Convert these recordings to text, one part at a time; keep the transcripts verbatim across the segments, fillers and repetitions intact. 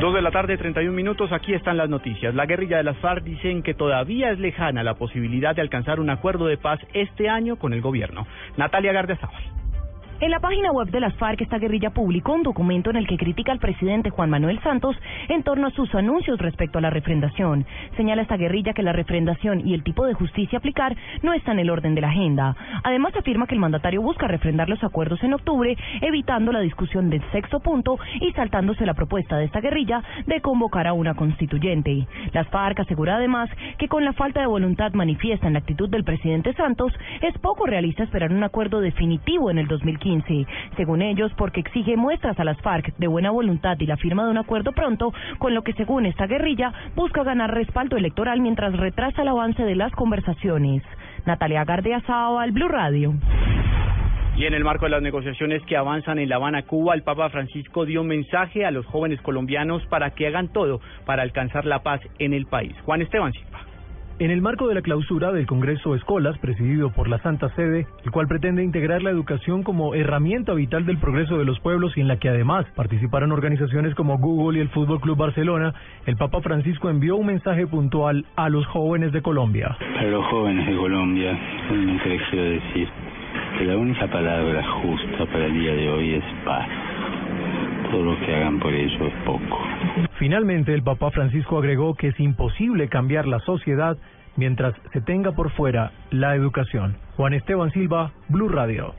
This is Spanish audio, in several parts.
Dos de la tarde, treinta y un minutos, aquí están las noticias. La guerrilla de las FARC dicen que todavía es lejana la posibilidad de alcanzar un acuerdo de paz este año con el gobierno. Natalia Gardiazabal. En la página web de las FARC, esta guerrilla publicó un documento en el que critica al presidente Juan Manuel Santos en torno a sus anuncios respecto a la refrendación. Señala esta guerrilla que la refrendación y el tipo de justicia a aplicar no está en el orden de la agenda. Además, afirma que el mandatario busca refrendar los acuerdos en octubre, evitando la discusión del sexto punto y saltándose la propuesta de esta guerrilla de convocar a una constituyente. Las FARC asegura además que con la falta de voluntad manifiesta en la actitud del presidente Santos, es poco realista esperar un acuerdo definitivo en el dos mil quince. Según ellos, porque exige muestras a las FARC de buena voluntad y la firma de un acuerdo pronto, con lo que según esta guerrilla busca ganar respaldo electoral mientras retrasa el avance de las conversaciones. Natalia Gardiazabal, Blue Radio. Y en el marco de las negociaciones que avanzan en La Habana, Cuba, el Papa Francisco dio un mensaje a los jóvenes colombianos para que hagan todo para alcanzar la paz en el país. Juan Esteban Silva. En el marco de la clausura del Congreso Escolas, presidido por la Santa Sede, el cual pretende integrar la educación como herramienta vital del progreso de los pueblos y en la que además participaron organizaciones como Google y el Fútbol Club Barcelona, el Papa Francisco envió un mensaje puntual a los jóvenes de Colombia. Para los jóvenes de Colombia, solamente les quiero decir que la única palabra justa para el día de hoy es paz. Todo lo que hagan por ello es poco. Finalmente, el Papa Francisco agregó que es imposible cambiar la sociedad mientras se tenga por fuera la educación. Juan Esteban Silva, Blue Radio.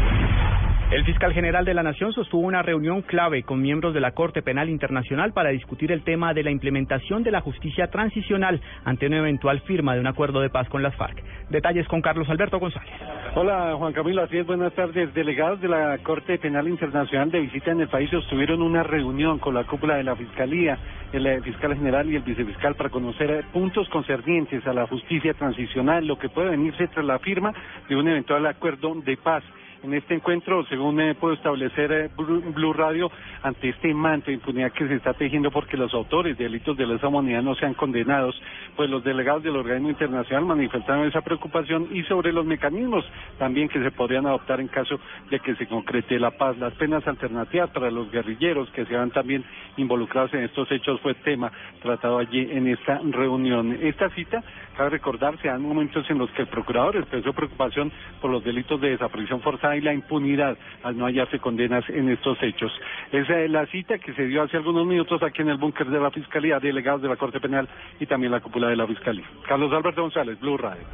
El fiscal general de la Nación sostuvo una reunión clave con miembros de la Corte Penal Internacional para discutir el tema de la implementación de la justicia transicional ante una eventual firma de un acuerdo de paz con las FARC. Detalles con Carlos Alberto González. Hola Juan Camilo, así es, buenas tardes. Delegados de la Corte Penal Internacional de visita en el país sostuvieron una reunión con la cúpula de la Fiscalía, el fiscal general y el vicefiscal para conocer puntos concernientes a la justicia transicional, lo que puede venirse tras la firma de un eventual acuerdo de paz. En este encuentro, según eh, puedo establecer eh, Blue Radio, ante este manto de impunidad que se está tejiendo porque los autores de delitos de lesa humanidad no sean condenados, pues los delegados del organismo internacional manifestaron esa preocupación y sobre los mecanismos también que se podrían adoptar en caso de que se concrete la paz. Las penas alternativas para los guerrilleros que se van también involucrados en estos hechos fue tema tratado allí en esta reunión. Esta cita, cabe recordar, se dan momentos en los que el procurador expresó preocupación por los delitos de desaparición forzada y la impunidad al no hallarse condenas en estos hechos. Esa es la cita que se dio hace algunos minutos aquí en el búnker de la Fiscalía, delegados de la Corte Penal y también la cúpula de la Fiscalía. Carlos Alberto González, Blue Radio.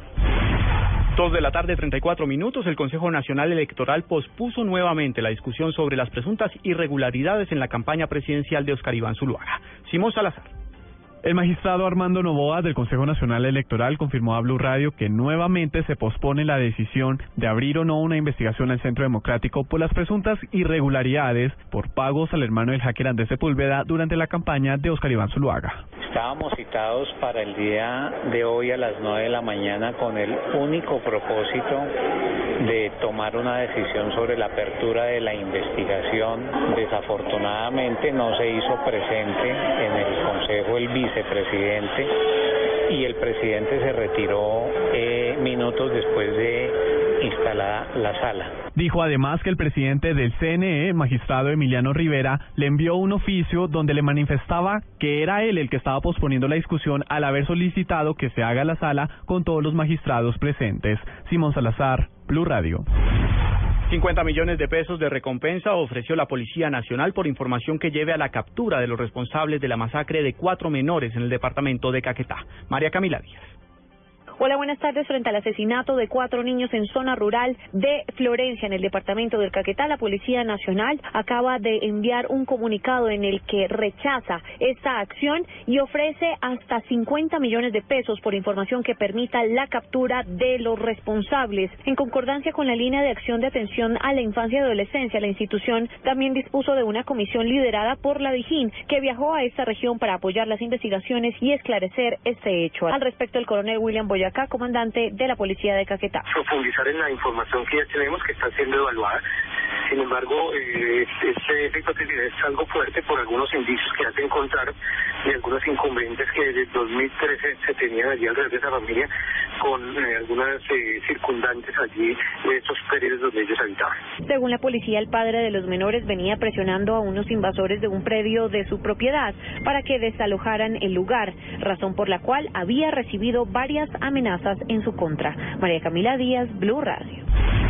Dos de la tarde, treinta y cuatro minutos, el Consejo Nacional Electoral pospuso nuevamente la discusión sobre las presuntas irregularidades en la campaña presidencial de Óscar Iván Zuluaga. Simón Salazar. El magistrado Armando Noboa del Consejo Nacional Electoral confirmó a Blue Radio que nuevamente se pospone la decisión de abrir o no una investigación al Centro Democrático por las presuntas irregularidades por pagos al hermano del hacker Andrés Sepúlveda durante la campaña de Óscar Iván Zuluaga. Estábamos citados para el día de hoy a las nueve de la mañana con el único propósito de tomar una decisión sobre la apertura de la investigación. Desafortunadamente no se hizo presente en el Consejo el vicepresidente y el presidente se retiró eh, minutos después de instalada la sala. Dijo además que el presidente del C N E, magistrado Emiliano Rivera, le envió un oficio donde le manifestaba que era él el que estaba posponiendo la discusión al haber solicitado que se haga la sala con todos los magistrados presentes. Simón Salazar, Blue Radio. cincuenta millones de pesos de recompensa ofreció la Policía Nacional por información que lleve a la captura de los responsables de la masacre de cuatro menores en el departamento de Caquetá. María Camila Díaz. Hola, buenas tardes. Frente al asesinato de cuatro niños en zona rural de Florencia, en el departamento del Caquetá, la Policía Nacional acaba de enviar un comunicado en el que rechaza esta acción y ofrece hasta cincuenta millones de pesos por información que permita la captura de los responsables. En concordancia con la línea de acción de atención a la infancia y adolescencia, la institución también dispuso de una comisión liderada por la Dijín que viajó a esta región para apoyar las investigaciones y esclarecer este hecho. Al respecto, el coronel William Boyacá, comandante de la Policía de Caquetá. Profundizar en la información que ya tenemos, que está siendo evaluada, Sin embargo, eh, esta hipótesis es algo fuerte por algunos indicios que hacen contar y algunos inconvenientes que desde el dos mil trece se tenían allí alrededor de esa familia, con eh, algunas eh, circundantes allí de estos periodos donde ellos habitaban. Según la policía, el padre de los menores venía presionando a unos invasores de un predio de su propiedad para que desalojaran el lugar, razón por la cual había recibido varias amenazas en su contra. María Camila Díaz, Blue Radio.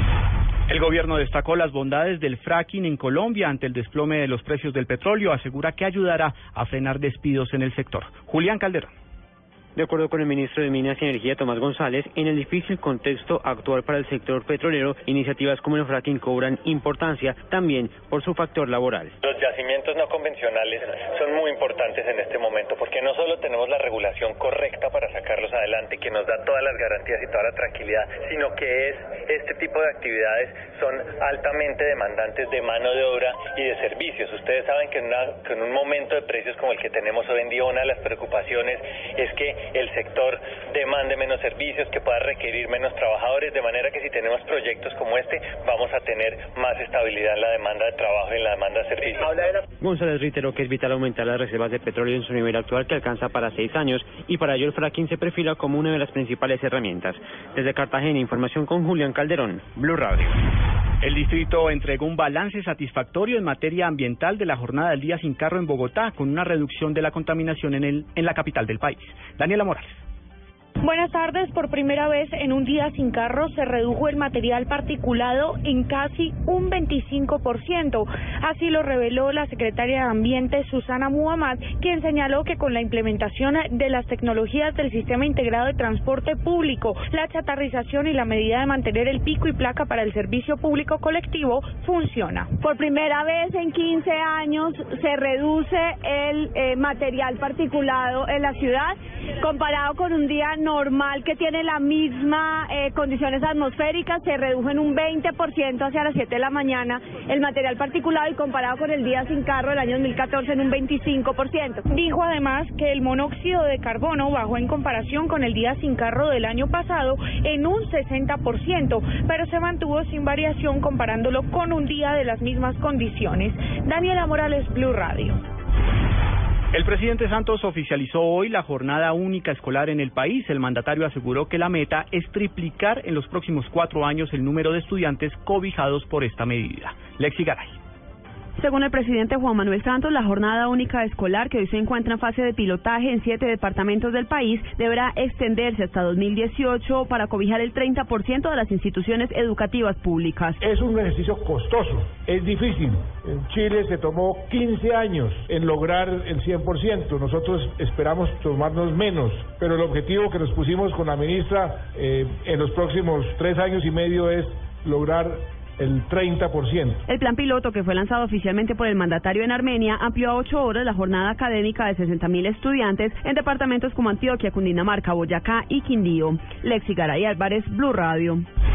El gobierno destacó las bondades del fracking en Colombia ante el desplome de los precios del petróleo. Asegura que ayudará a frenar despidos en el sector. Julián Calderón. De acuerdo con el ministro de Minas y Energía, Tomás González, en el difícil contexto actual para el sector petrolero, iniciativas como el fracking cobran importancia también por su factor laboral. Los yacimientos no convencionales son muy importantes en este momento porque no solo tenemos la regulación correcta para sacarlos adelante, que nos da todas las garantías y toda la tranquilidad, sino que es este tipo de actividades son altamente demandantes de mano de obra y de servicios. Ustedes saben que en, una, que en un momento de precios como el que tenemos hoy en día, una de las preocupaciones es que el sector demande menos servicios, que pueda requerir menos trabajadores, de manera que si tenemos proyectos como este, vamos a tener más estabilidad en la demanda de trabajo y en la demanda de servicios. González reiteró que es vital aumentar las reservas de petróleo en su nivel actual, que alcanza para seis años, y para ello el fracking se perfila como una de las principales herramientas. Desde Cartagena, información con Julián Calderón, Blue Radio. El distrito entregó un balance satisfactorio en materia ambiental de la jornada del día sin carro en Bogotá, con una reducción de la contaminación en, el, en la capital del país. Daniela Morales. Buenas tardes. Por primera vez en un día sin carro se redujo el material particulado en casi un veinticinco por ciento. Así lo reveló la secretaria de Ambiente, Susana Muhammad, quien señaló que con la implementación de las tecnologías del Sistema Integrado de Transporte Público, la chatarrización y la medida de mantener el pico y placa para el servicio público colectivo funciona. Por primera vez en quince años se reduce el eh, material particulado en la ciudad, comparado con un día normal que tiene la misma eh, condiciones atmosféricas. Se redujo en un veinte por ciento hacia las siete de la mañana el material particulado, y comparado con el día sin carro del año dos mil catorce en un veinticinco por ciento. Dijo además que el monóxido de carbono bajó en comparación con el día sin carro del año pasado en un sesenta por ciento, pero se mantuvo sin variación comparándolo con un día de las mismas condiciones. Daniela Morales, Blue Radio. El presidente Santos oficializó hoy la jornada única escolar en el país. El mandatario aseguró que la meta es triplicar en los próximos cuatro años el número de estudiantes cobijados por esta medida. Lexi Garay. Según el presidente Juan Manuel Santos, la jornada única escolar, que hoy se encuentra en fase de pilotaje en siete departamentos del país, deberá extenderse hasta dos mil dieciocho para cobijar el treinta por ciento de las instituciones educativas públicas. Es un ejercicio costoso, es difícil. En Chile se tomó quince años en lograr el cien por ciento. Nosotros esperamos tomarnos menos, pero el objetivo que nos pusimos con la ministra eh, en los próximos tres años y medio es lograr el treinta por ciento. El plan piloto, que fue lanzado oficialmente por el mandatario en Armenia, amplió a ocho horas la jornada académica de sesenta mil estudiantes en departamentos como Antioquia, Cundinamarca, Boyacá y Quindío. Lexi Garay Álvarez, Blue Radio.